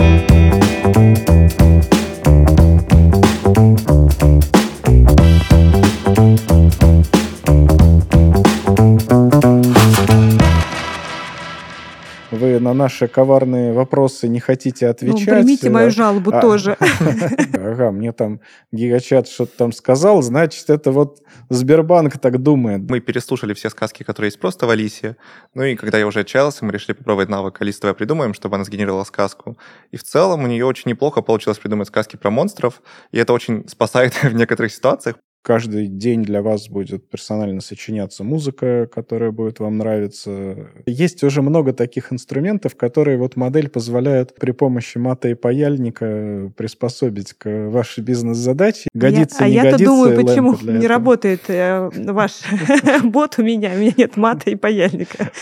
Вы на наши коварные вопросы не хотите отвечать. Ну, примите мою жалобу тоже. Ага, мне там Гигачат что-то там сказал, значит, это вот Сбербанк так думает. Мы переслушали все сказки, которые есть просто в Алисе. Ну и когда я уже отчаялся, мы решили попробовать навык «Алиса, давай придумаем», чтобы она сгенерировала сказку. И в целом у нее очень неплохо получилось придумать сказки про монстров, и это очень спасает в некоторых ситуациях. Каждый день для вас будет персонально сочиняться музыка, которая будет вам нравиться. Есть уже много таких инструментов, которые вот модель позволяет при помощи мата и паяльника приспособить к вашей бизнес-задаче. Годится, не годится. Я-то думаю, почему не этого. работает ваш бот у меня нет мата и паяльника.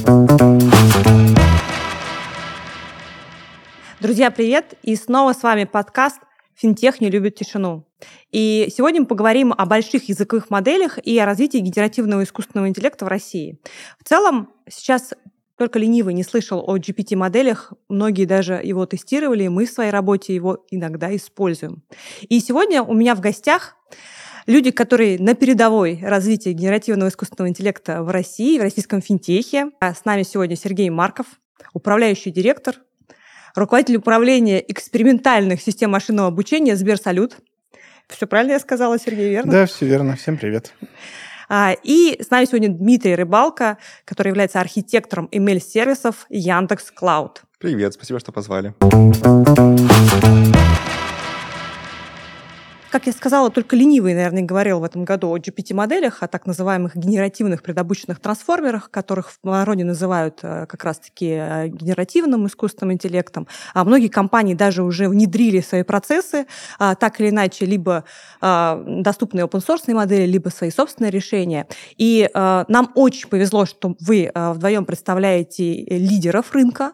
Друзья, привет! И снова с вами подкаст «Финтех не любит тишину». И сегодня мы поговорим о больших языковых моделях и о развитии генеративного искусственного интеллекта в России. В целом, сейчас только ленивый не слышал о GPT-моделях, многие даже его тестировали, и мы в своей работе его иногда используем. И сегодня у меня в гостях люди, которые на передовой развития генеративного искусственного интеллекта в России, в российском финтехе. С нами сегодня Сергей Марков, управляющий директор, руководитель управления экспериментальных систем машинного обучения Сберсалют. Все правильно я сказала, Сергей, верно? Да, все верно. Всем привет. И с нами сегодня Дмитрий Рыбалко, который является архитектором ML-сервисов Яндекс.Клауд. Привет, спасибо, что позвали. Как я сказала, только ленивый, наверное, говорил в этом году о GPT-моделях, о так называемых генеративных предобученных трансформерах, которых в народе называют как раз-таки генеративным искусственным интеллектом. А многие компании даже уже внедрили свои процессы, так или иначе, либо доступные open-source модели, либо свои собственные решения. И нам очень повезло, что вы вдвоем представляете лидеров рынка,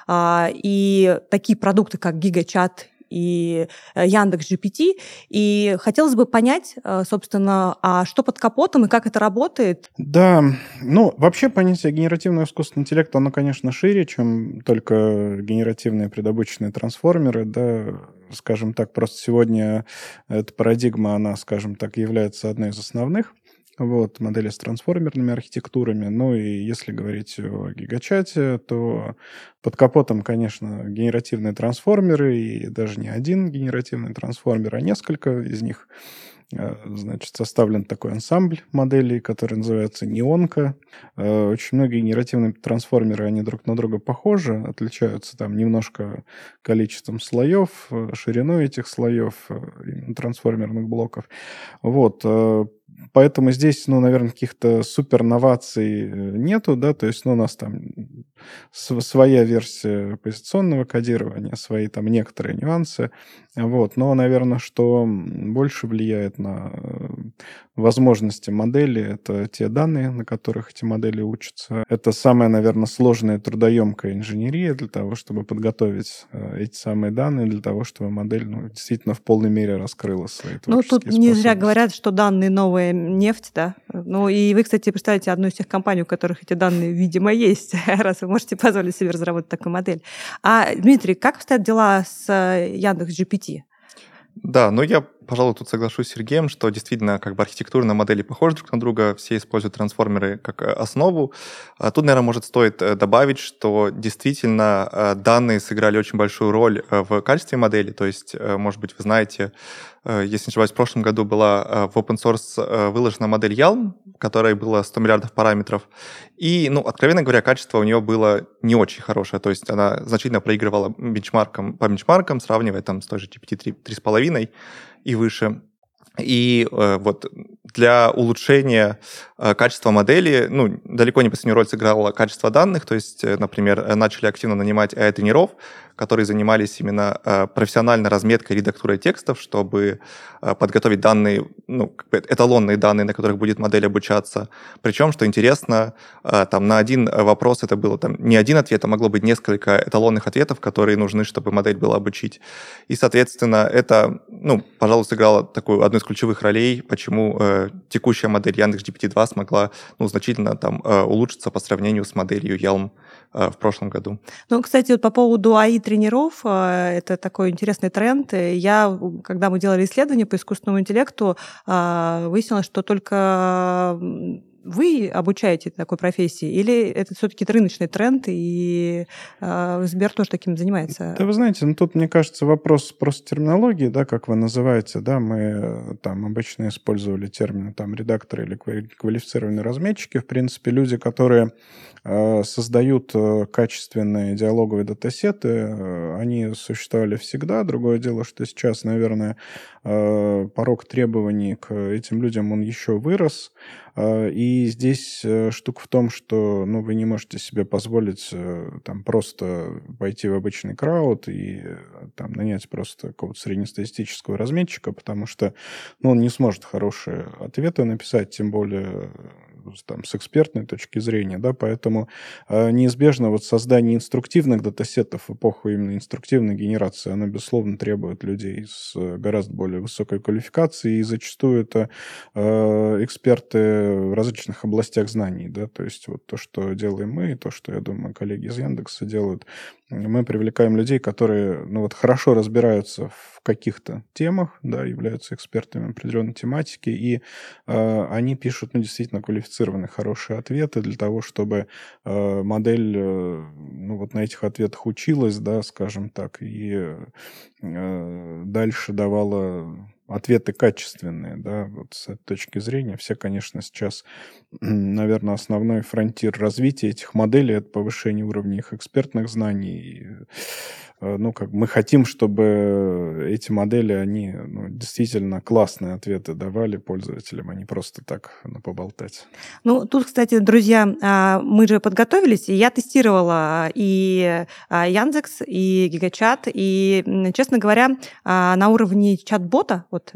и такие продукты, как Гигачат и Яндекс.GPT. И хотелось бы понять, собственно, а что под капотом и как это работает? Да, вообще понятие генеративного искусственного интеллекта, оно, конечно, шире, чем только генеративные предобученные трансформеры, да, скажем так, просто сегодня эта парадигма, она, скажем так, является одной из основных. Модели с трансформерными архитектурами. Ну и если говорить о Гигачате, то под капотом, конечно, генеративные трансформеры, и даже не один генеративный трансформер, а несколько из них. Составлен такой ансамбль моделей, который называется неонка. Очень многие генеративные трансформеры, они друг на друга похожи, отличаются там немножко количеством слоев, шириной этих слоев, трансформерных блоков. Поэтому здесь, наверное, каких-то супер новаций нету, да, то есть, у нас там своя версия позиционного кодирования, свои там некоторые нюансы, но, наверное, что больше влияет на возможности модели, это те данные, на которых эти модели учатся. Это самая, наверное, сложная трудоемкая инженерия для того, чтобы подготовить эти самые данные, для того, чтобы модель действительно в полной мере раскрыла свои творческие способности. Тут не зря говорят, что данные новая нефть, да? И вы, кстати, представляете одну из тех компаний, у которых эти данные, видимо, есть, раз вы можете позволить себе разработать такую модель. Дмитрий, как обстоят дела с Яндекс.GPT? Да, я, пожалуй, тут соглашусь с Сергеем, что действительно архитектурные модели похожи друг на друга, все используют трансформеры как основу. Тут, наверное, стоит добавить, что действительно данные сыграли очень большую роль в качестве модели. То есть, может быть, вы знаете, если не ошибаюсь, в прошлом году была в open source выложена модель Ялм, в которой было 100 миллиардов параметров. И, откровенно говоря, качество у нее было не очень хорошее. То есть она значительно проигрывала по бенчмаркам, сравнивая с той же GPT 3,5 и выше. И для улучшения качества модели, далеко не последнюю роль сыграло качество данных. То есть, например, начали активно нанимать AI-тренеров, которые занимались именно профессиональной разметкой, редактурой текстов, чтобы подготовить данные, эталонные данные, на которых будет модель обучаться. Причем, что интересно, на один вопрос это было не один ответ, а могло быть несколько эталонных ответов, которые нужны, чтобы модель была обучить. И, соответственно, это, пожалуй, сыграло такую одну из ключевых ролей, почему текущая модель Яндекс.GPT-2 смогла значительно улучшиться по сравнению с моделью Ялм, в прошлом году. Ну, кстати, вот по поводу АИ-тренеров, это такой интересный тренд. Я, когда мы делали исследование по искусственному интеллекту, выяснилось, что только вы обучаете такой профессии, или это все-таки рыночный тренд, и Сбер тоже таким занимается? Да, вы знаете, ну тут, мне кажется, вопрос просто терминологии, да, как вы называете, да, мы там обычно использовали термины там редакторы или квалифицированные разметчики. В принципе, люди, которые создают качественные диалоговые датасеты, они существовали всегда. Другое дело, что сейчас, наверное, порог требований к этим людям, он еще вырос. И здесь штука в том, что ну, вы не можете себе позволить там просто пойти в обычный крауд и там нанять просто какого-то среднестатистического разметчика, потому что ну, он не сможет хорошие ответы написать, тем более там, с экспертной точки зрения, да, поэтому неизбежно вот создание инструктивных датасетов в эпоху именно инструктивной генерации, оно, безусловно, требует людей с гораздо более высокой квалификацией, и зачастую это эксперты в различных областях знаний, да, то есть вот то, что делаем мы, и то, что, я думаю, коллеги из Яндекса делают, мы привлекаем людей, которые, ну, вот хорошо разбираются в каких-то темах, да, являются экспертами определенной тематики, и они пишут, ну, действительно квалифицированные, хорошие ответы для того, чтобы модель, ну, вот на этих ответах училась, да, скажем так, и дальше давала ответы качественные, да, вот с этой точки зрения. Все, конечно, сейчас, наверное, основной фронтир развития этих моделей — это повышение уровня их экспертных знаний. И, ну, как мы хотим, чтобы эти модели, они ну, действительно классные ответы давали пользователям, а не просто так поболтать. Ну, тут, кстати, друзья, мы же подготовились, и я тестировала и Яндекс, и Гигачат, и, честно говоря, на уровне чат-бота, вот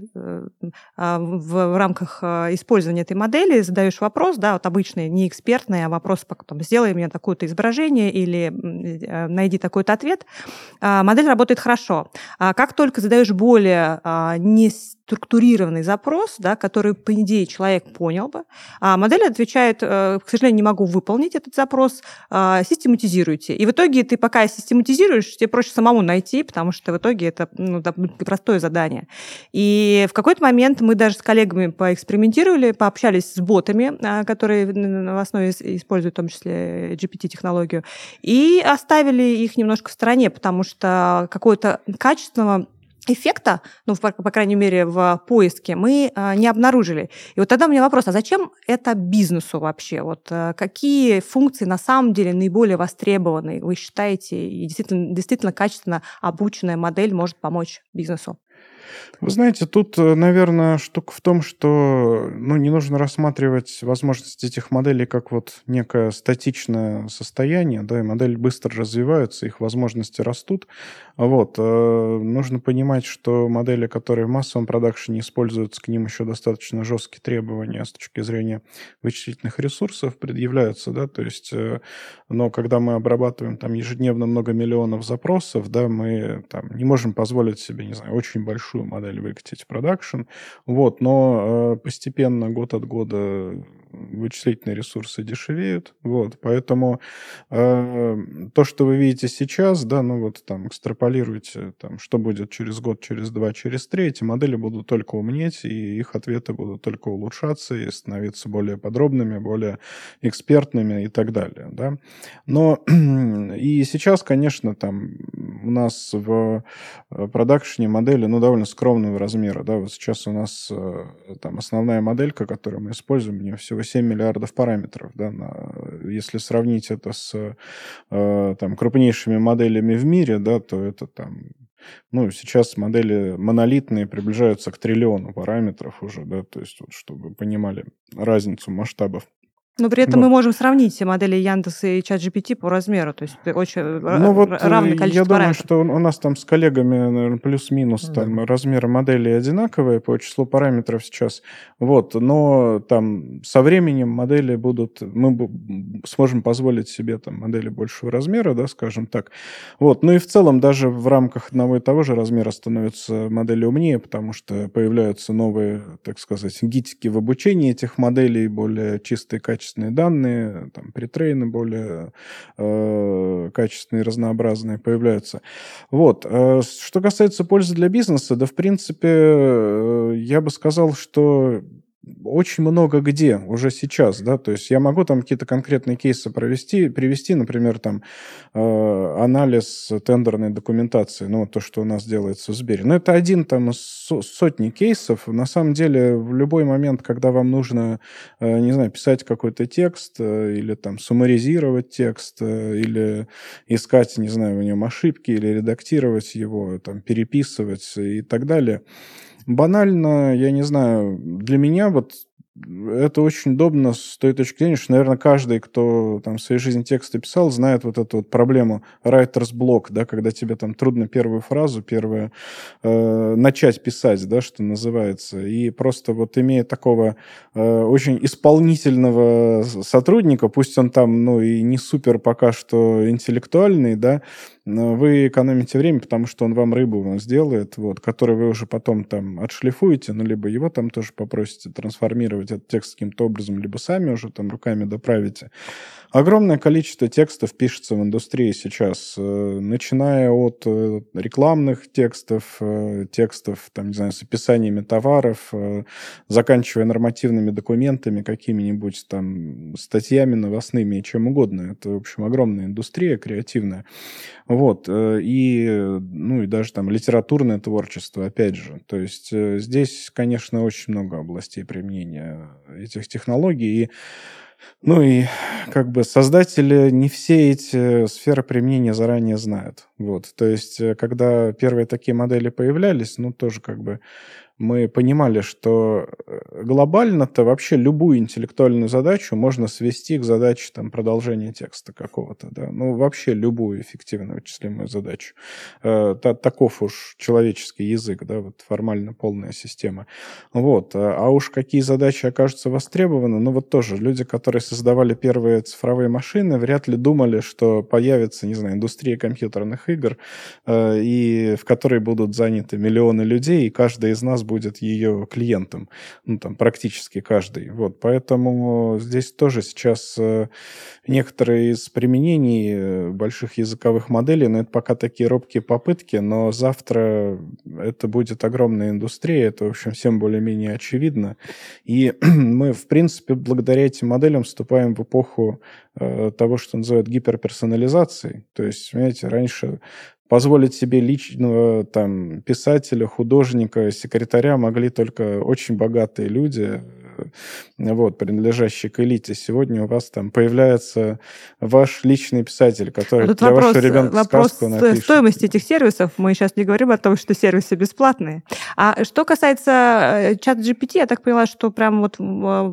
в рамках использования этой модели задаешь вопрос, да, вот обычный, не экспертный, а вопрос, там, сделай мне такое-то изображение или найди такой-то ответ, модель работает хорошо. Как только задаешь более неструктурированный запрос, да, который, по идее, человек понял бы, модель отвечает, к сожалению, не могу выполнить этот запрос, систематизируйте. И в итоге ты пока систематизируешь, тебе проще самому найти, потому что в итоге это ну, простое задание. И в какой-то момент мы даже с коллегами поэкспериментировали, пообщались с ботами, которые в основе используют в том числе GPT-технологию, и оставили их немножко в стороне, потому что какого-то качественного эффекта, ну, по крайней мере, в поиске мы не обнаружили. И вот тогда у меня вопрос, а зачем это бизнесу вообще? Вот какие функции на самом деле наиболее востребованы, вы считаете, и действительно качественно обученная модель может помочь бизнесу? Вы знаете, тут, наверное, штука в том, что ну, не нужно рассматривать возможности этих моделей как вот некое статичное состояние, да, и модели быстро развиваются, их возможности растут. Вот. Нужно понимать, что модели, которые в массовом продакшене используются, к ним еще достаточно жесткие требования с точки зрения вычислительных ресурсов предъявляются, да, то есть, но когда мы обрабатываем там ежедневно много миллионов запросов, да, мы там не можем позволить себе, не знаю, очень большую модель выкатить в продакшн, вот, но постепенно, год от года вычислительные ресурсы дешевеют, вот, поэтому то, что вы видите сейчас, да, ну вот там экстраполируйте, там, что будет через год, через два, через три, эти модели будут только умнеть, и их ответы будут только улучшаться и становиться более подробными, более экспертными и так далее, да. Но и сейчас, конечно, там у нас в продакшене модели, ну, довольно скромного размера, да, вот сейчас у нас там основная моделька, которую мы используем, у нее всего 7 миллиардов параметров, да, если сравнить это с там крупнейшими моделями в мире, да, то это там, ну, сейчас модели монолитные приближаются к триллиону параметров уже, да, то есть вот, чтобы вы понимали разницу масштабов. Но при этом мы можем сравнить все модели Яндекса и ChatGPT по размеру, то есть очень равное количество я думаю, параметров. что у нас там с коллегами, наверное, плюс-минус там размеры моделей одинаковые по числу параметров сейчас, вот, но там со временем модели будут, мы сможем позволить себе там модели большего размера, да, скажем так, вот, ну и в целом даже в рамках одного и того же размера становятся модели умнее, потому что появляются новые, так сказать, гитики в обучении этих моделей, более чистые, качественные качественные данные, там, претрейны более качественные, разнообразные появляются. Вот. Что касается пользы для бизнеса, да, в принципе, я бы сказал, что очень много где уже сейчас, да, то есть я могу там какие-то конкретные кейсы привести, например, там анализ тендерной документации, ну, то, что у нас делается в Сбере. Но это один там из сотни кейсов. На самом деле, в любой момент, когда вам нужно, не знаю, писать какой-то текст или там суммаризировать текст, или искать, не знаю, в нем ошибки, или редактировать его, там, переписывать и так далее, банально, я не знаю, для меня вот это очень удобно с той точки зрения, что, наверное, каждый, кто там в своей жизни тексты писал, знает вот эту вот проблему writer's block, да, когда тебе там трудно первую фразу, начать писать, да, что называется. И просто вот имея такого очень исполнительного сотрудника, пусть он там, ну, и не супер пока что интеллектуальный, да, вы экономите время, потому что он вам рыбу сделает, вот, которую вы уже потом там отшлифуете, ну, либо его там тоже попросите трансформировать этот текст каким-то образом, либо сами уже там руками доправите. Огромное количество текстов пишется в индустрии сейчас, начиная от рекламных текстов, там, не знаю, с описаниями товаров, заканчивая нормативными документами, какими-нибудь там статьями новостными и чем угодно. Это, в общем, огромная индустрия креативная. Вот. Ну, и даже там литературное творчество, опять же. То есть здесь, конечно, очень много областей применения этих технологий. И как бы создатели не все эти сферы применения заранее знают. Вот. То есть когда первые такие модели появлялись, ну, тоже как бы мы понимали, что глобально-то вообще любую интеллектуальную задачу можно свести к задаче там, продолжения текста какого-то. Да? Ну, вообще любую эффективно вычислимую задачу. Таков уж человеческий язык, да, вот формально полная система. Вот. А уж какие задачи окажутся востребованы, ну вот тоже люди, которые создавали первые цифровые машины, вряд ли думали, что появится, не знаю, индустрия компьютерных игр, и в которой будут заняты миллионы людей, и каждый из нас будет ее клиентом. Ну, там, практически каждый. Вот. Поэтому здесь тоже сейчас некоторые из применений больших языковых моделей, но это пока такие робкие попытки, но завтра это будет огромная индустрия, это, в общем, всем более-менее очевидно. И мы, в принципе, благодаря этим моделям вступаем в эпоху того, что называют гиперперсонализацией. То есть, понимаете, раньше позволить себе личного там, писателя, художника, секретаря могли только очень богатые люди, вот, принадлежащие к элите. Сегодня у вас там появляется ваш личный писатель, который тут для вашего ребенка сказку напишет. Вопрос стоимости этих сервисов. Мы сейчас не говорим о том, что сервисы бесплатные. А что касается чат-GPT, я так поняла, что прям вот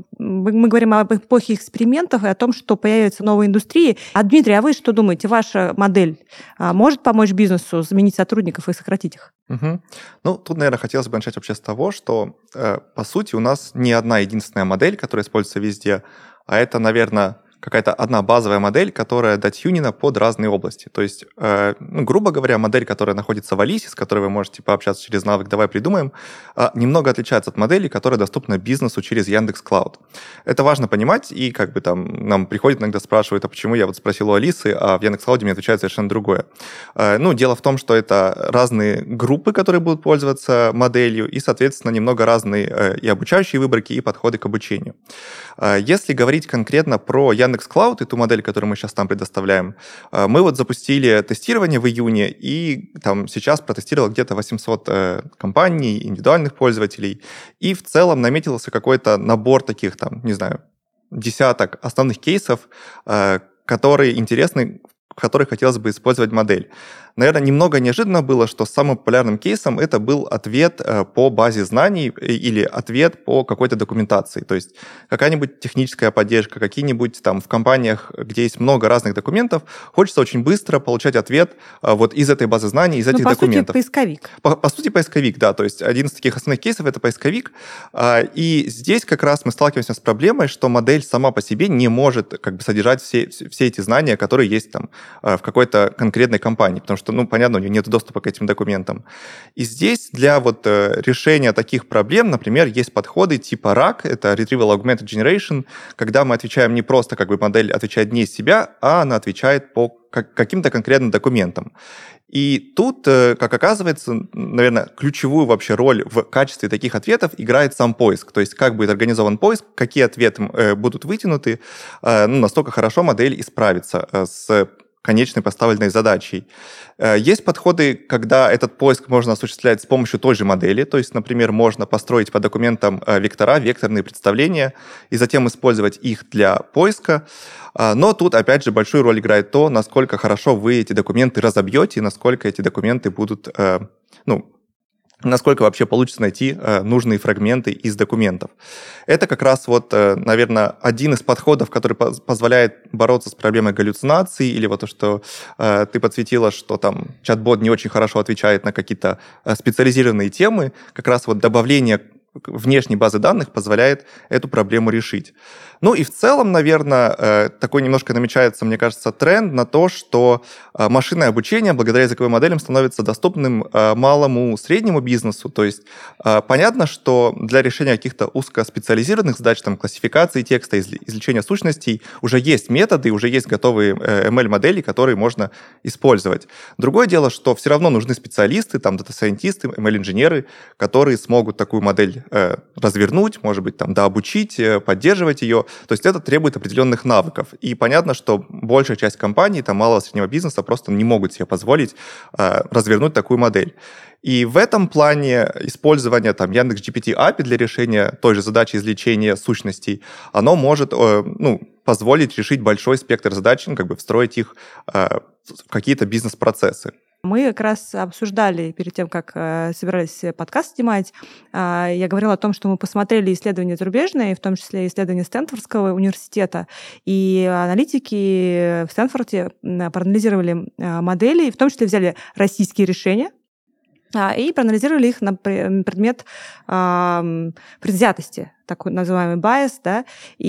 мы говорим об эпохе экспериментов и о том, что появятся новые индустрии. А, Дмитрий, а вы что думаете? Ваша модель может помочь бизнесу заменить сотрудников и сократить их? Угу. Ну, тут, наверное, хотелось бы начать вообще с того, что, по сути, у нас не одна единственная модель, которая используется везде, а это, наверное, какая-то одна базовая модель, которая дотюнена под разные области. То есть, грубо говоря, модель, которая находится в Алисе, с которой вы можете пообщаться через навык «Давай придумаем», немного отличается от модели, которая доступна бизнесу через Яндекс.Клауд. Это важно понимать, и как бы там нам приходят иногда спрашивают, а почему я вот спросил у Алисы, а в Яндекс.Клауде мне отвечают совершенно другое. Дело в том, что это разные группы, которые будут пользоваться моделью, и, соответственно, немного разные и обучающие выборки, и подходы к обучению. Если говорить конкретно про Яндекс.Клауд и ту модель, которую мы сейчас там предоставляем, мы вот запустили тестирование в июне, и там сейчас протестировало где-то 800 компаний, индивидуальных пользователей, и в целом наметился какой-то набор таких, там, не знаю, десяток основных кейсов, которые интересны, в которых хотелось бы использовать модель. Наверное, немного неожиданно было, что самым популярным кейсом это был ответ по базе знаний или ответ по какой-то документации. То есть какая-нибудь техническая поддержка, какие-нибудь там в компаниях, где есть много разных документов, хочется очень быстро получать ответ вот из этой базы знаний, из этих документов. По сути, поисковик. По сути, поисковик, да. То есть один из таких основных кейсов — это поисковик. И здесь как раз мы сталкиваемся с проблемой, что модель сама по себе не может как бы содержать все эти знания, которые есть там в какой-то конкретной компании. Потому что что, понятно, у нее нет доступа к этим документам. И здесь для решения таких проблем, например, есть подходы типа RAG, это Retrieval Augmented Generation, когда мы отвечаем не просто, модель отвечает не из себя, а она отвечает по каким-то конкретным документам. И тут, как оказывается, наверное, ключевую вообще роль в качестве таких ответов играет сам поиск. То есть как будет организован поиск, какие ответы будут вытянуты, настолько хорошо модель и справится с конечной поставленной задачей. Есть подходы, когда этот поиск можно осуществлять с помощью той же модели, то есть, например, можно построить по документам вектора, векторные представления, и затем использовать их для поиска. Но тут, опять же, большую роль играет то, насколько хорошо вы эти документы разобьете, и насколько эти документы будут, насколько вообще получится найти нужные фрагменты из документов. Это как раз, наверное, один из подходов, который позволяет бороться с проблемой галлюцинаций, или то, что ты подсветила, что там чат-бот не очень хорошо отвечает на какие-то специализированные темы. Как раз добавление внешней базы данных позволяет эту проблему решить. И в целом, наверное, такой немножко намечается, мне кажется, тренд на то, что машинное обучение благодаря языковым моделям становится доступным малому, среднему бизнесу. То есть понятно, что для решения каких-то узкоспециализированных задач, классификации текста, извлечения сущностей, уже есть методы, уже есть готовые ML-модели, которые можно использовать. Другое дело, что все равно нужны специалисты, дата-сайентисты, ML-инженеры, которые смогут такую модель развернуть, может быть, дообучить, поддерживать ее. То есть это требует определенных навыков. И понятно, что большая часть компаний, малого среднего бизнеса просто не могут себе позволить развернуть такую модель. И в этом плане использование Яндекс.GPT API для решения той же задачи извлечения сущностей, оно может позволить решить большой спектр задач, встроить их в какие-то бизнес-процессы. Мы как раз обсуждали перед тем, как собирались подкаст снимать, я говорила о том, что мы посмотрели исследования зарубежные, в том числе исследования Стэнфордского университета, и аналитики в Стэнфорде проанализировали модели, в том числе взяли российские решения, и проанализировали их на предмет предвзятости, такой называемый bias, да,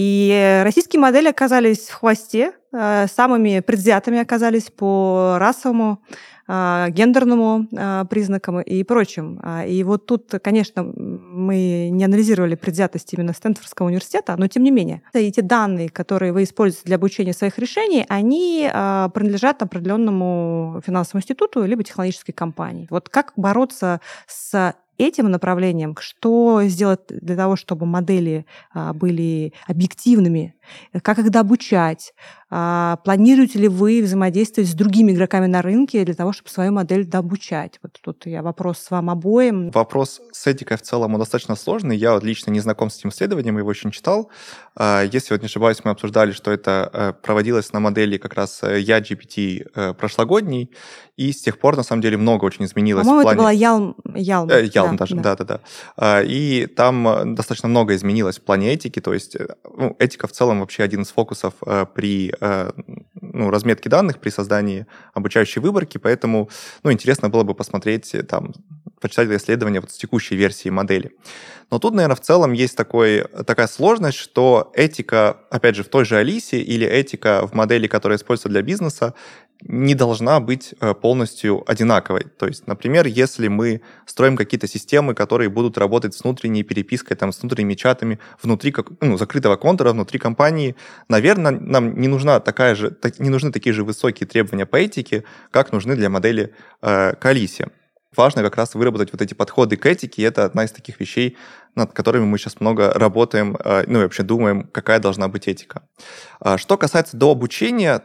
и российские модели оказались в хвосте, самыми предвзятыми оказались по расовому, гендерному признакам и прочим. И тут, конечно, мы не анализировали предвзятость именно Стэнфордского университета, но тем не менее, эти данные, которые вы используете для обучения своих решений, они принадлежат определенному финансовому институту либо технологической компании. Как бороться с этим направлением, что сделать для того, чтобы модели были объективными, как их дообучать, планируете ли вы взаимодействовать с другими игроками на рынке для того, чтобы свою модель дообучать? Тут вопрос с вам обоим. Вопрос с этикой в целом он достаточно сложный. Я лично не знаком с этим исследованием, его очень читал. Если не ошибаюсь, мы обсуждали, что это проводилось на модели как раз YaGPT прошлогодней, и с тех пор, на самом деле, много очень изменилось. По-моему, в плане... это была Ялм даже, да. И там достаточно много изменилось в плане этики, то есть этика в целом вообще один из фокусов при разметке данных, при создании обучающей выборки, поэтому интересно было бы посмотреть, почитать это исследование с текущей версии модели. Но тут, наверное, в целом есть такая сложность, что этика, опять же, в той же Алисе или этика в модели, которая используется для бизнеса, не должна быть полностью одинаковой. То есть, например, если мы строим какие-то системы, которые будут работать с внутренней перепиской, с внутренними чатами внутри закрытого контура, внутри компании, наверное, нам не нужны такие же высокие требования по этике, как нужны для модели к Алисе. Важно как раз выработать эти подходы к этике, и это одна из таких вещей, над которыми мы сейчас много работаем, и вообще думаем, какая должна быть этика. Что касается дообучения,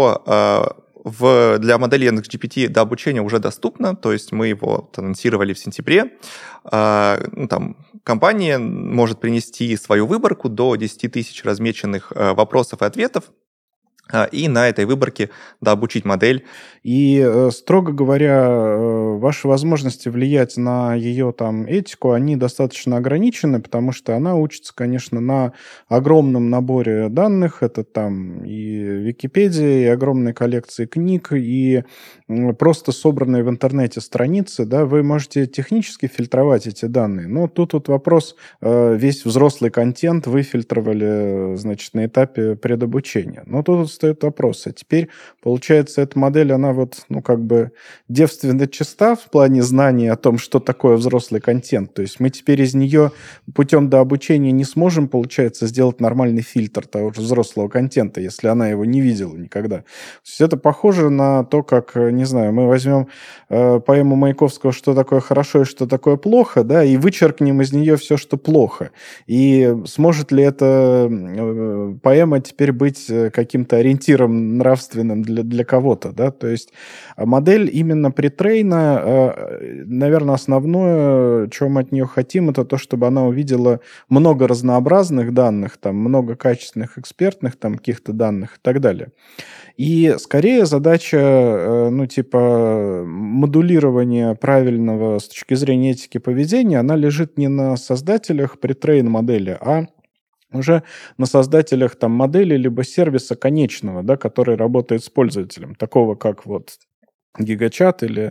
то для модели Яндекс.GPT дообучение уже доступно, то есть мы его анонсировали в сентябре. Компания может принести свою выборку до 10 тысяч размеченных вопросов и ответов, и на этой выборке дообучить модель. И, строго говоря, ваши возможности влиять на ее этику, они достаточно ограничены, потому что она учится, конечно, на огромном наборе данных. Это и Википедия, и огромные коллекции книг, и просто собранные в интернете страницы. Да, вы можете технически фильтровать эти данные, но тут вопрос, весь взрослый контент вы фильтровали, на этапе предобучения. Но тут встает вопрос. А теперь, получается, эта модель, она вот, девственно чиста в плане знаний о том, что такое взрослый контент. То есть мы теперь из нее путем дообучения не сможем, получается, сделать нормальный фильтр того же взрослого контента, если она его не видела никогда. То есть это похоже на то, как, не знаю, мы возьмем поэму Маяковского «Что такое хорошо и что такое плохо», да, и вычеркнем из нее все, что плохо. И сможет ли эта поэма теперь быть каким-то ориентиром нравственным для кого-то, да? То есть модель именно претрейна, наверное, основное, чего мы от нее хотим, это то, чтобы она увидела много разнообразных данных, там, много качественных экспертных там, каких-то данных и так далее. И скорее задача, модулирования правильного с точки зрения этики поведения, она лежит не на создателях претрейн-модели, а уже на создателях там модели либо сервиса конечного, да, который работает с пользователем, такого как вот Гигачат или,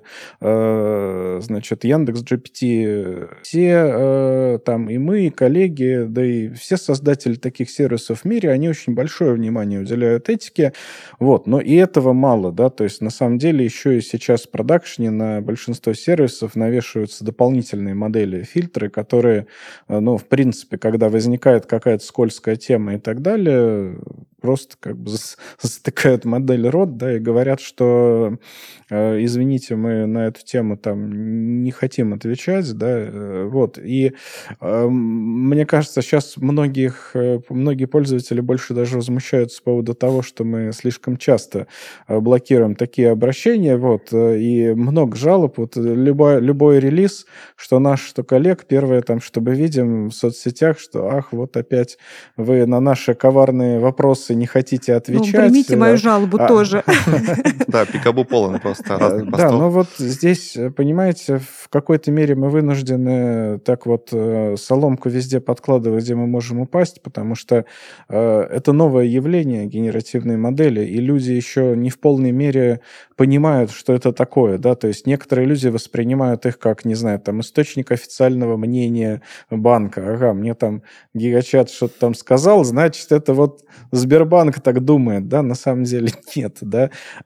Яндекс.GPT. Все там и мы, и коллеги, да и все создатели таких сервисов в мире, они очень большое внимание уделяют этике. Вот. Но и этого мало, да, то есть на самом деле еще и сейчас в продакшене на большинство сервисов навешиваются дополнительные модели, фильтры, которые, в принципе, когда возникает какая-то скользкая тема и так далее, просто как бы затыкают модель рот, да, и говорят, что извините, мы на эту тему там не хотим отвечать, да, вот. И мне кажется, сейчас многие пользователи больше даже возмущаются по поводу того, что мы слишком часто блокируем такие обращения, вот, и много жалоб, вот, любой релиз, что наш, что коллег, первое там, чтобы видим в соцсетях, что, вот опять вы на наши коварные вопросы не хотите отвечать. Примите мою жалобу тоже. Да, пикабу полон просто разных постов. Да, но вот здесь, понимаете, в какой-то мере мы вынуждены так вот соломку везде подкладывать, где мы можем упасть, потому что это новое явление генеративной модели, и люди еще не в полной мере понимают, что это такое, да, то есть некоторые люди воспринимают их как, не знаю, там, источник официального мнения банка. Ага, мне там Гигачат что-то там сказал, значит, это вот Сбербанк так думает, да, на самом деле нет, да.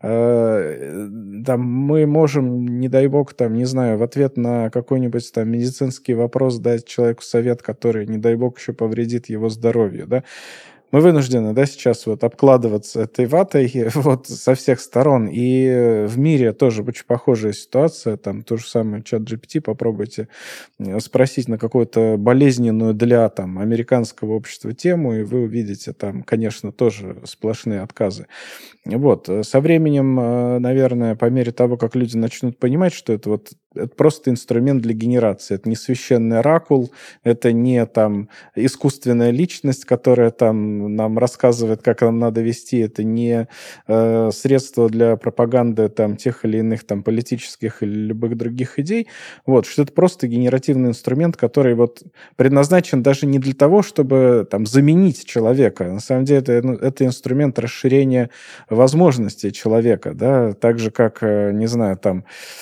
Там мы можем, не дай бог, там, не знаю, в ответ на какой-нибудь там медицинский вопрос дать человеку совет, который, не дай бог, еще повредит его здоровью, да. Мы вынуждены, да, сейчас вот обкладываться этой ватой вот со всех сторон. И в мире тоже очень похожая ситуация. Там то же самое ChatGPT. Попробуйте спросить на какую-то болезненную для там американского общества тему, и вы увидите там, конечно, тоже сплошные отказы. Вот. Со временем, наверное, по мере того, как люди начнут понимать, что это просто инструмент для генерации. Это не священный оракул, это не там искусственная личность, которая там нам рассказывает, как нам надо вести, это не средство для пропаганды там тех или иных там политических или любых других идей. Вот, что это просто генеративный инструмент, который вот предназначен даже не для того, чтобы там заменить человека. На самом деле это инструмент расширения возможностей человека, да, так же, как, не знаю, там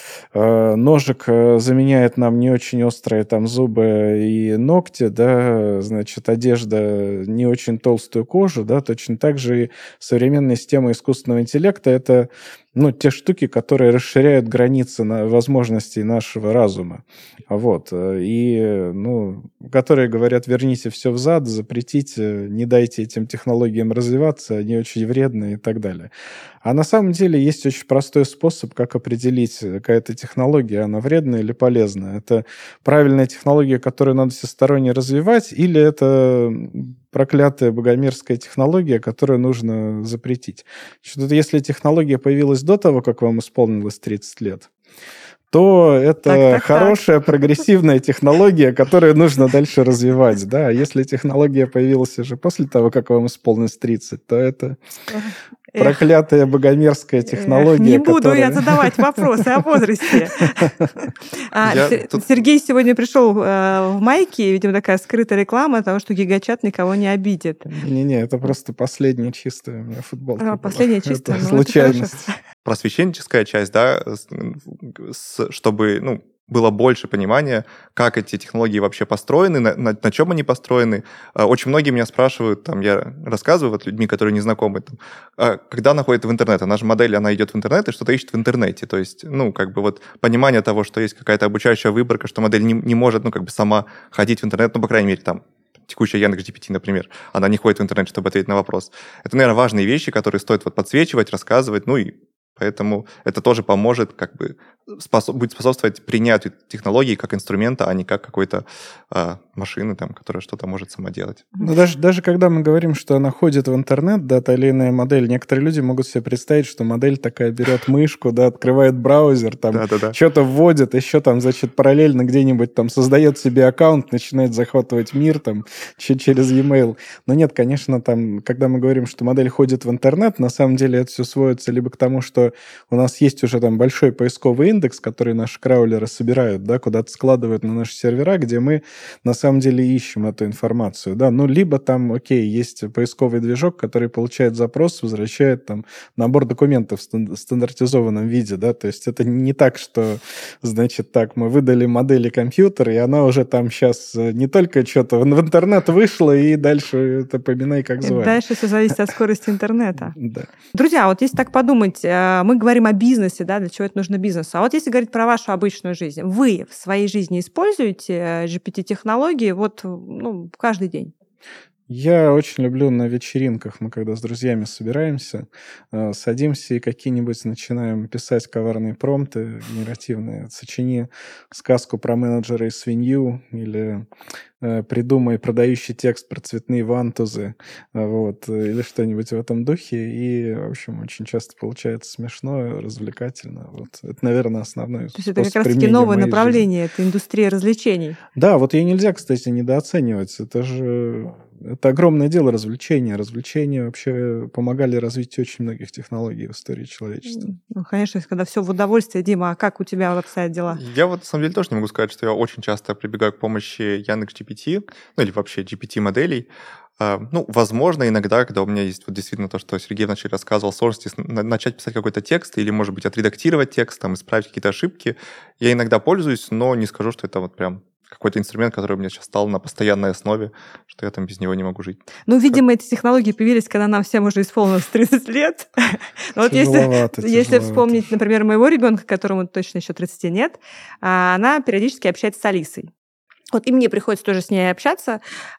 ножик заменяет нам не очень острые там зубы и ногти, да, значит, одежда не очень толстую кожу, да, точно так же и современная система искусственного интеллекта — это, те штуки, которые расширяют границы возможностей нашего разума, вот, и, которые говорят: верните все взад, запретите, не дайте этим технологиям развиваться, они очень вредные и так далее. А на самом деле есть очень простой способ, как определить, какая-то технология, она вредная или полезная. Это правильная технология, которую надо всесторонне развивать, или это проклятая богомерзкая технология, которую нужно запретить. Что-то, если технология появилась до того, как вам исполнилось 30 лет, то это хорошая прогрессивная технология, которую нужно дальше развивать. Да? А если технология появилась уже после того, как вам исполнилось 30, то это проклятая богомерзкая технология. Не буду я задавать вопросы о возрасте. Сергей сегодня пришел в майке, видимо, такая скрытая реклама того, что Гигачат никого не обидит. Не-не, это просто последняя чистая у меня футболка. Последняя чистая. Это случайность. Просвещенческая часть, да, чтобы, было больше понимания, как эти технологии вообще построены, на чем они построены. Очень многие меня спрашивают, там, я рассказываю вот людьми, которые не знакомы, там, когда она ходит в интернет, она же модель, она идет в интернет и что-то ищет в интернете. То есть, как бы вот понимание того, что есть какая-то обучающая выборка, что модель не может, как бы сама ходить в интернет, по крайней мере, там, текущая Яндекс.GPT, например, она не ходит в интернет, чтобы ответить на вопрос. Это, наверное, важные вещи, которые стоит вот подсвечивать, рассказывать, и поэтому это тоже поможет, как бы, будет способствовать принятию технологий как инструмента, а не как какой-то машины, там, которая что-то может сама делать. Ну, даже когда мы говорим, что она ходит в интернет, да, та или иная модель, некоторые люди могут себе представить, что модель такая берет мышку, да, открывает браузер, там, что-то вводит, еще там, значит, параллельно где-нибудь там создает себе аккаунт, начинает захватывать мир там через e-mail. Но нет, конечно, там, когда мы говорим, что модель ходит в интернет, на самом деле это все сводится либо к тому, что у нас есть уже там большой поисковый индекс, который наши краулеры собирают, да, куда-то складывают на наши сервера, где мы на самом деле ищем эту информацию, да, либо там, окей, есть поисковый движок, который получает запрос, возвращает там набор документов в стандартизованном виде, да, то есть это не так, что, значит, так, мы выдали модели компьютера, и она уже там сейчас не только что-то в интернет вышла, и дальше это поминай как звали. Дальше все зависит от скорости интернета. Да. Друзья, вот если так подумать, мы говорим о бизнесе, да, для чего это нужно бизнесу, а вот если говорить про вашу обычную жизнь, вы в своей жизни используете GPT-технологии вот, каждый день? Я очень люблю на вечеринках, мы когда с друзьями собираемся, садимся и какие-нибудь начинаем писать коварные промпты генеративные. Сочини сказку про менеджера и свинью или придумай продающий текст про цветные вантузы, вот, или что-нибудь в этом духе. И, в общем, очень часто получается смешно, развлекательно. Вот. Это, наверное, основной способ. То есть это как раз-таки новое направление, это индустрия развлечений. Да, вот ее нельзя, кстати, недооценивать. Это огромное дело развлечения. Развлечения вообще помогали развитию очень многих технологий в истории человечества. Конечно, когда все в удовольствие. Дима, а как у тебя обстоят дела? Я вот, на самом деле, тоже не могу сказать, что я очень часто прибегаю к помощи Яндекс.GPT, или вообще GPT-моделей. Возможно, иногда, когда у меня есть вот действительно то, что Сергей вначале рассказывал, сложности начать писать какой-то текст или, может быть, отредактировать текст, там, исправить какие-то ошибки, я иногда пользуюсь, но не скажу, что это вот прям какой-то инструмент, который у меня сейчас стал на постоянной основе, что я там без него не могу жить. Видимо, эти технологии появились, когда нам всем уже исполнилось 30 лет. Вот если вспомнить, например, моего ребенка, которому точно еще 30 нет, она периодически общается с Алисой. Вот и мне приходится тоже с ней общаться.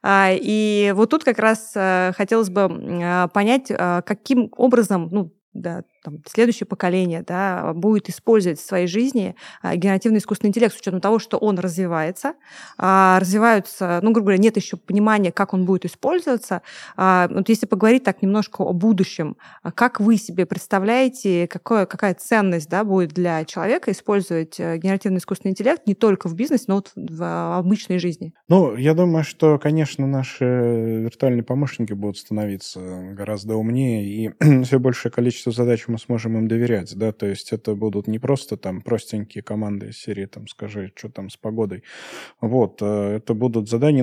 И вот тут как раз хотелось бы понять, каким образом, следующее поколение, да, будет использовать в своей жизни генеративный искусственный интеллект с учетом того, что он развивается. Развиваются, грубо говоря, нет еще понимания, как он будет использоваться. Вот если поговорить так немножко о будущем, как вы себе представляете, какая ценность, да, будет для человека использовать генеративный искусственный интеллект не только в бизнесе, но в обычной жизни? Я думаю, что, конечно, наши виртуальные помощники будут становиться гораздо умнее, и все большее количество задач мы сможем им доверять, да, то есть это будут не просто там простенькие команды из серии, там, скажи, что там с погодой, вот, это будут задания,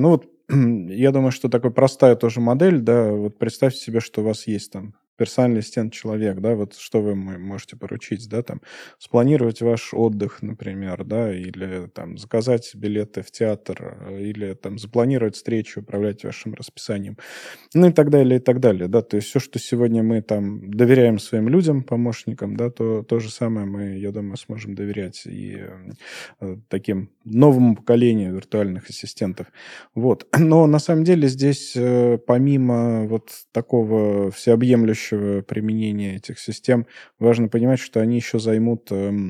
я думаю, что такая простая тоже модель, да, вот представьте себе, что у вас есть там персональный ассистент человек, да, вот что вы можете поручить, да, там, спланировать ваш отдых, например, да, или там заказать билеты в театр, или там запланировать встречу, управлять вашим расписанием, и так далее, да, то есть все, что сегодня мы там доверяем своим людям, помощникам, да, то же самое мы, я думаю, сможем доверять и таким новому поколению виртуальных ассистентов, вот, но на самом деле здесь помимо вот такого всеобъемлющего применения этих систем, важно понимать, что они еще займут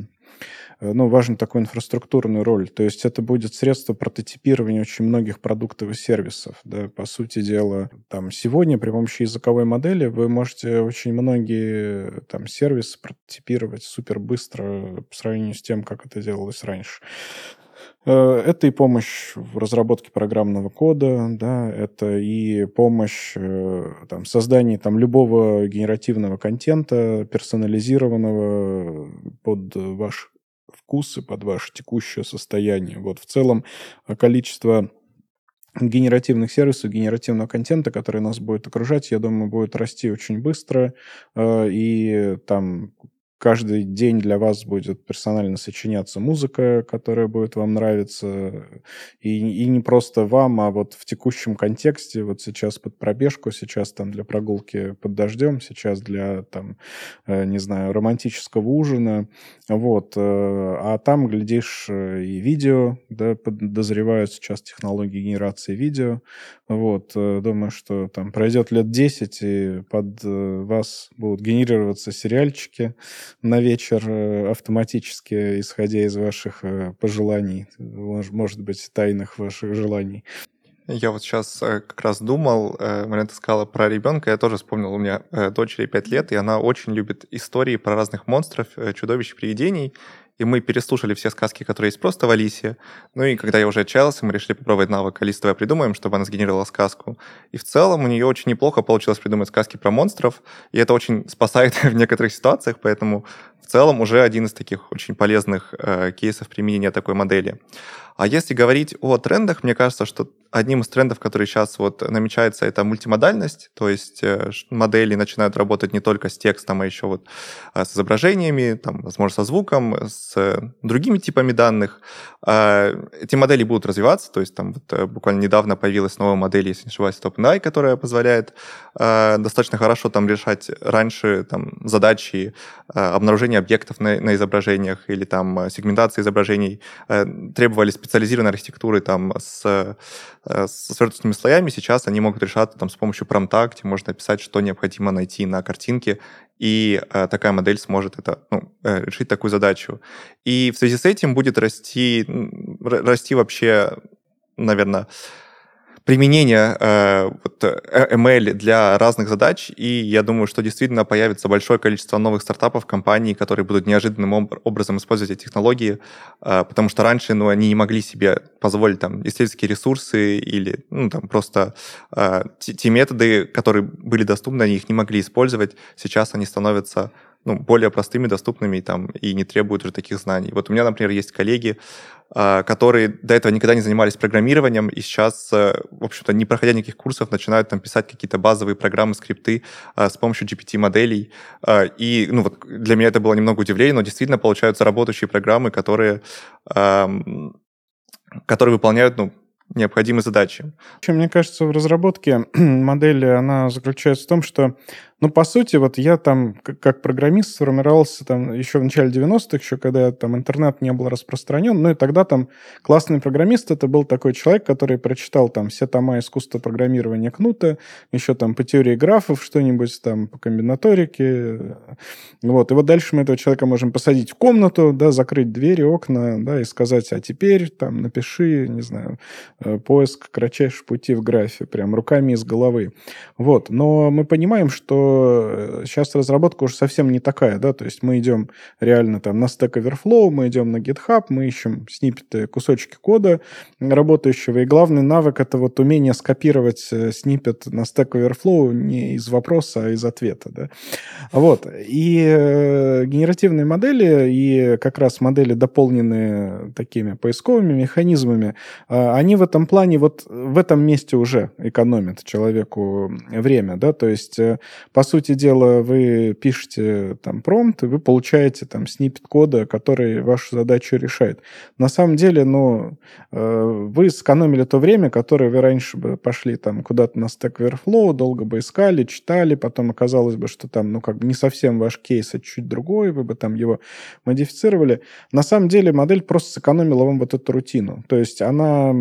важную такую инфраструктурную роль. То есть это будет средство прототипирования очень многих продуктов и сервисов. Да? По сути дела, там, сегодня при помощи языковой модели вы можете очень многие там, сервисы прототипировать супер быстро по сравнению с тем, как это делалось раньше. Это и помощь в разработке программного кода, да, это и помощь в создании любого генеративного контента, персонализированного под ваши вкусы, под ваше текущее состояние. Вот в целом количество генеративных сервисов, генеративного контента, который нас будет окружать, я думаю, будет расти очень быстро, и там каждый день для вас будет персонально сочиняться музыка, которая будет вам нравиться, и не просто вам, а вот в текущем контексте, вот сейчас под пробежку, сейчас там для прогулки под дождем, сейчас для, там, не знаю, романтического ужина, вот, а там, глядишь, и видео, да, дозревают сейчас технологии генерации видео, вот, думаю, что там пройдет лет 10, и под вас будут генерироваться сериальчики на вечер автоматически, исходя из ваших пожеланий, может быть, тайных ваших желаний. Я вот сейчас как раз думал, Марина, ты сказала про ребенка, я тоже вспомнил, у меня дочери 5 лет, и она очень любит истории про разных монстров, чудовищ, привидений, и мы переслушали все сказки, которые есть просто в Алисе. Ну и когда я уже отчаялся, мы решили попробовать навык «Алиса, давай придумаем», чтобы она сгенерировала сказку. И в целом у нее очень неплохо получилось придумать сказки про монстров, и это очень спасает в некоторых ситуациях, поэтому в целом уже один из таких очень полезных кейсов применения такой модели. А если говорить о трендах, мне кажется, что одним из трендов, который сейчас вот намечается, это мультимодальность, то есть модели начинают работать не только с текстом, а еще вот с изображениями, там, возможно, со звуком, с другими типами данных. Эти модели будут развиваться, то есть там вот буквально недавно появилась новая модель, если не ошибаюсь, OpenAI, которая позволяет достаточно хорошо там решать раньше там задачи обнаружения объектов на изображениях или там сегментации изображений, требовались специализированной архитектуры там с сверхточными слоями, сейчас они могут решаться там с помощью промпта, где можно описать, что необходимо найти на картинке, и такая модель сможет решить такую задачу. И в связи с этим будет расти вообще, наверное, применение ML для разных задач, и я думаю, что действительно появится большое количество новых стартапов, компаний, которые будут неожиданным образом использовать эти технологии, потому что раньше они не могли себе позволить там исследовательские ресурсы или там просто те методы, которые были доступны, они их не могли использовать. Сейчас они становятся более простыми, доступными там, и не требуют уже таких знаний. Вот у меня, например, есть коллеги, которые до этого никогда не занимались программированием, и сейчас, в общем-то, не проходя никаких курсов, начинают там писать какие-то базовые программы, скрипты с помощью GPT-моделей. И вот для меня это было немного удивление, но действительно получаются работающие программы, которые выполняют необходимые задачи. Мне кажется, в разработке модели она заключается в том, что, по сути, вот я там как программист сформировался там еще в начале 90-х, еще когда там интернет не был распространен, и тогда там классный программист это был такой человек, который прочитал там все тома искусства программирования Кнута, еще там по теории графов что-нибудь там, по комбинаторике, вот. И вот дальше мы этого человека можем посадить в комнату, да, закрыть двери, окна, да, и сказать, а теперь там напиши, не знаю, поиск кратчайших пути в графе, прям руками из головы. Вот. Но мы понимаем, что сейчас разработка уже совсем не такая, да, то есть мы идем реально там на Stack Overflow, мы идем на GitHub, мы ищем сниппеты, кусочки кода работающего, и главный навык — это вот умение скопировать сниппет на Stack Overflow не из вопроса, а из ответа, да. Вот. И генеративные модели, и как раз модели, дополненные такими поисковыми механизмами, они в этом плане вот в этом месте уже экономят человеку время, да, то есть, по сути дела, вы пишете там промпт, и вы получаете там сниппет кода, который вашу задачу решает. На самом деле, вы сэкономили то время, которое вы раньше бы пошли там куда-то на Stack Overflow, долго бы искали, читали, потом оказалось бы, что там, как бы не совсем ваш кейс, а чуть другой, вы бы там его модифицировали. На самом деле модель просто сэкономила вам вот эту рутину. То есть она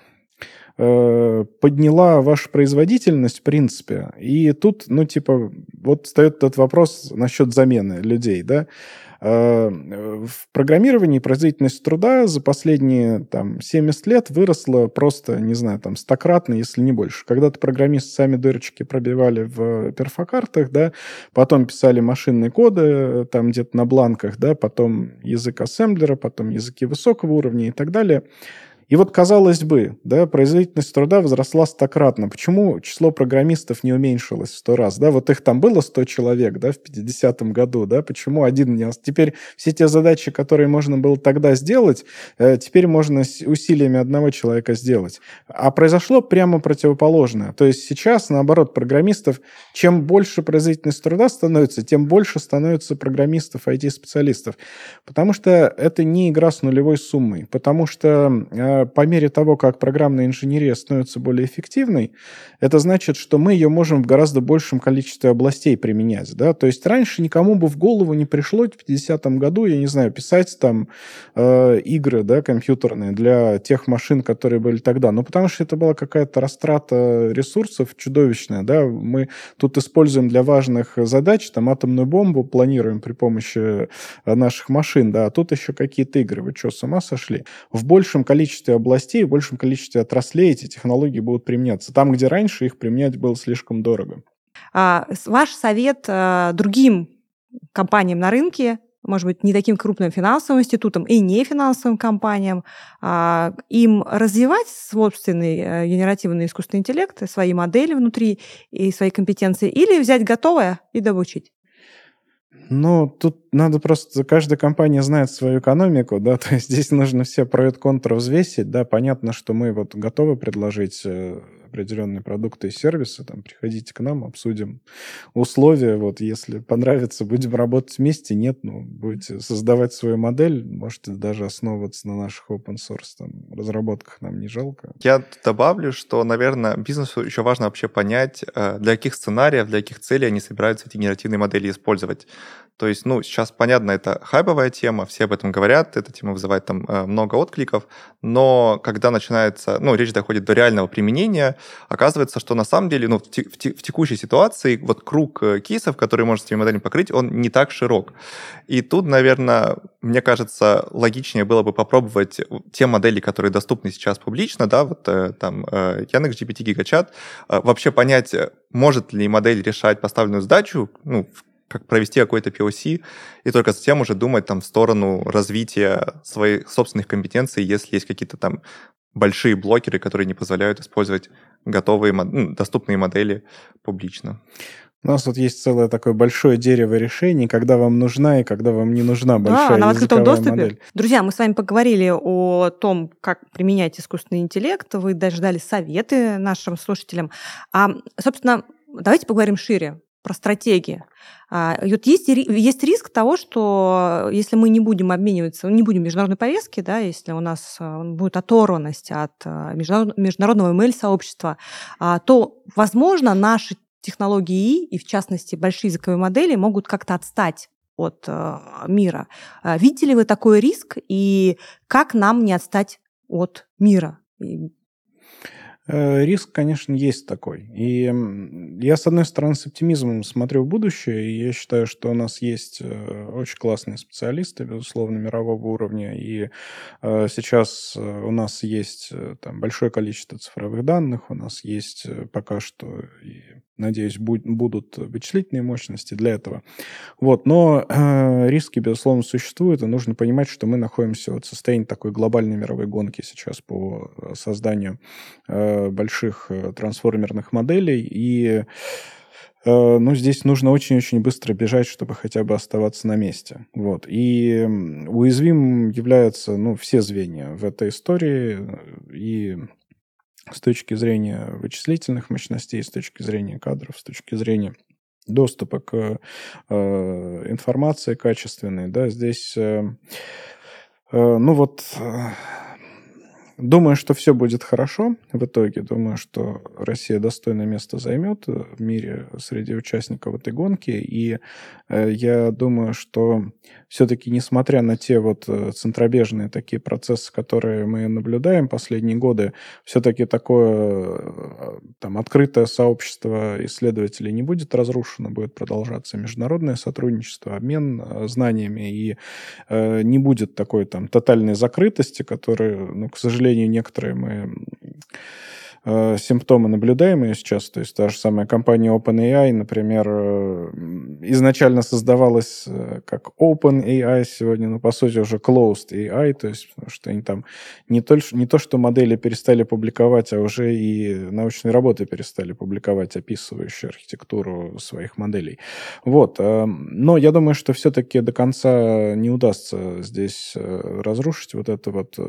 подняла вашу производительность, в принципе. И тут, вот встает этот вопрос насчет замены людей, да. В программировании производительность труда за последние 70 лет выросла просто, не знаю, 100-кратно, если не больше. Когда-то программисты сами дырочки пробивали в перфокартах, да, потом писали машинные коды там где-то на бланках, да, потом язык ассемблера, потом языки высокого уровня и так далее. И вот, казалось бы, да, производительность труда возросла стократно. Почему число программистов не уменьшилось в 100 раз? Да, вот их там было 100 человек, да, в 50-м году, да, почему один не... Теперь все те задачи, которые можно было тогда сделать, теперь можно усилиями одного человека сделать. А произошло прямо противоположное. То есть сейчас, наоборот, программистов, чем больше производительность труда становится, тем больше становится программистов, IT-специалистов. Потому что это не игра с нулевой суммой. Потому что по мере того, как программная инженерия становится более эффективной, это значит, что мы ее можем в гораздо большем количестве областей применять. Да? То есть раньше никому бы в голову не пришло в 50-м году, я не знаю, писать там игры, да, компьютерные для тех машин, которые были тогда. Ну, потому что это была какая-то растрата ресурсов чудовищная. Да? Мы тут используем для важных задач там атомную бомбу, планируем при помощи наших машин, да, а тут еще какие-то игры. Вы что, с ума сошли? В большем количестве областей, в большем количестве отраслей эти технологии будут применяться. Там, где раньше их применять было слишком дорого. Ваш совет другим компаниям на рынке, может быть, не таким крупным финансовым институтам и не финансовым компаниям, им развивать собственный генеративный искусственный интеллект, свои модели внутри и свои компетенции, или взять готовое и дообучить? Ну, тут надо просто... Каждая компания знает свою экономику, да, то есть здесь нужно все про и контра взвесить, да, понятно, что мы вот готовы предложить определенные продукты и сервисы, там, приходите к нам, обсудим условия, вот, если понравится, будем работать вместе, нет, ну, будете создавать свою модель, можете даже основываться на наших open-source там, разработках, нам не жалко. Я добавлю, что, наверное, бизнесу еще важно вообще понять, для каких сценариев, для каких целей они собираются эти генеративные модели использовать. То есть, ну, сейчас, понятно, это хайповая тема, все об этом говорят, эта тема вызывает там много откликов, но когда начинается, ну, речь доходит до реального применения, оказывается, что на самом деле, ну, в текущей ситуации вот круг кейсов, которые можно с этими моделями покрыть, он не так широк. И тут, наверное, мне кажется, логичнее было бы попробовать те модели, которые доступны сейчас публично, да, вот там Яндекс.GPT, GigaChat, вообще понять, может ли модель решать поставленную задачу, ну, как провести какой-то POC, и только затем уже думать там в сторону развития своих собственных компетенций, если есть какие-то там большие блокеры, которые не позволяют использовать готовые, доступные модели публично. У нас вот есть целое такое большое дерево решений, когда вам нужна и когда вам не нужна большая она в открытом языковая доступе. модель. Друзья, мы с вами поговорили о том, как применять искусственный интеллект. Вы даже дали советы нашим слушателям. Собственно, давайте поговорим шире про стратегии. Вот есть риск того, что если мы не будем обмениваться, не будем международной повестки, да, если у нас будет оторванность от международного ML-сообщества, то, возможно, наши технологии и, в частности, большие языковые модели могут как-то отстать от мира. Видите ли вы такой риск, и как нам не отстать от мира? Риск, конечно, есть такой. И я, с одной стороны, с оптимизмом смотрю в будущее, и я считаю, что у нас есть очень классные специалисты, безусловно, мирового уровня, и сейчас у нас есть там большое количество цифровых данных, у нас есть пока что, и, надеюсь, будут вычислительные мощности для этого. Вот. Но риски, безусловно, существуют, и нужно понимать, что мы находимся в состоянии такой глобальной мировой гонки сейчас по созданию больших трансформерных моделей, и ну, здесь нужно очень-очень быстро бежать, чтобы хотя бы оставаться на месте. Вот. И уязвимым являются, ну, все звенья в этой истории, и с точки зрения вычислительных мощностей, с точки зрения кадров, с точки зрения доступа к информации качественной, да, здесь, ну вот... Думаю, что все будет хорошо в итоге. Думаю, что Россия достойное место займет в мире среди участников этой гонки. И я думаю, что все-таки, несмотря на те вот центробежные такие процессы, которые мы наблюдаем последние годы, все-таки такое там открытое сообщество исследователей не будет разрушено, будет продолжаться международное сотрудничество, обмен знаниями, и не будет такой там тотальной закрытости, которая, ну, к сожалению, некоторые мы симптомы наблюдаемые сейчас. То есть та же самая компания OpenAI, например, изначально создавалась как OpenAI сегодня, но по сути уже Closed AI, то есть потому что они там не то, что модели перестали публиковать, а уже и научные работы перестали публиковать, описывающие архитектуру своих моделей. Вот. Но я думаю, что все-таки до конца не удастся здесь разрушить вот это вот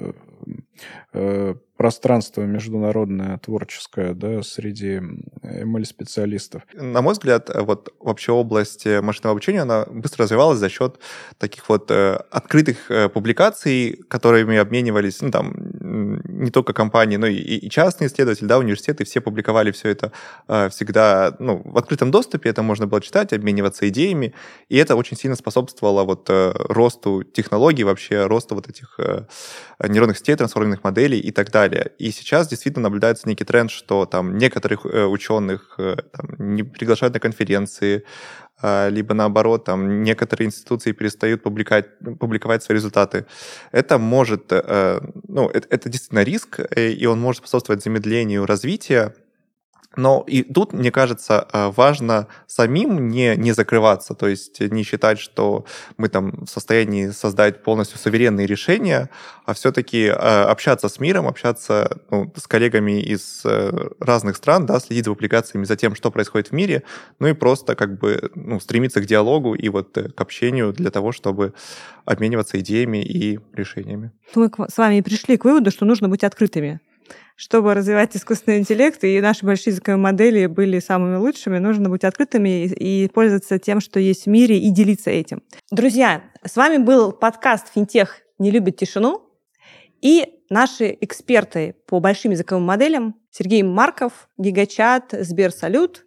пространство международное, творческое, да, среди ML-специалистов. На мой взгляд, вот вообще область машинного обучения, она быстро развивалась за счет таких вот открытых публикаций, которыми обменивались, ну, там, не только компании, но и частные исследователи, да, университеты, все публиковали все это всегда, ну, в открытом доступе, это можно было читать, обмениваться идеями, и это очень сильно способствовало вот росту технологий, вообще росту вот этих нейронных сетей, трансформерных моделей и так далее. И сейчас действительно наблюдается некий тренд, что там некоторых ученых там, не приглашают на конференции, либо наоборот, там некоторые институции перестают публиковать свои результаты. Это может, ну, это действительно риск, и он может способствовать замедлению развития. Но и тут, мне кажется, важно самим не закрываться, то есть не считать, что мы там в состоянии создать полностью суверенные решения, а все-таки общаться с миром, общаться с коллегами из разных стран, да, следить за публикациями, за тем, что происходит в мире, ну и просто как бы стремиться к диалогу и вот к общению для того, чтобы обмениваться идеями и решениями. Мы с вами пришли к выводу, что нужно быть открытыми. Чтобы развивать искусственный интеллект, и наши большие языковые модели были самыми лучшими, нужно быть открытыми и пользоваться тем, что есть в мире, и делиться этим. Друзья, с вами был подкаст «Финтех не любит тишину» и наши эксперты по большим языковым моделям Сергей Марков, Гигачат, Сберсалют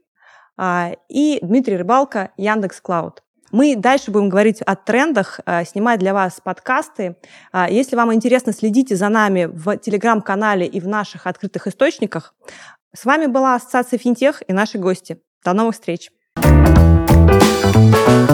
и Дмитрий Рыбалко, Яндекс.Клауд. Мы дальше будем говорить о трендах, снимать для вас подкасты. Если вам интересно, следите за нами в Телеграм-канале и в наших открытых источниках. С вами была Ассоциация Финтех и наши гости. До новых встреч!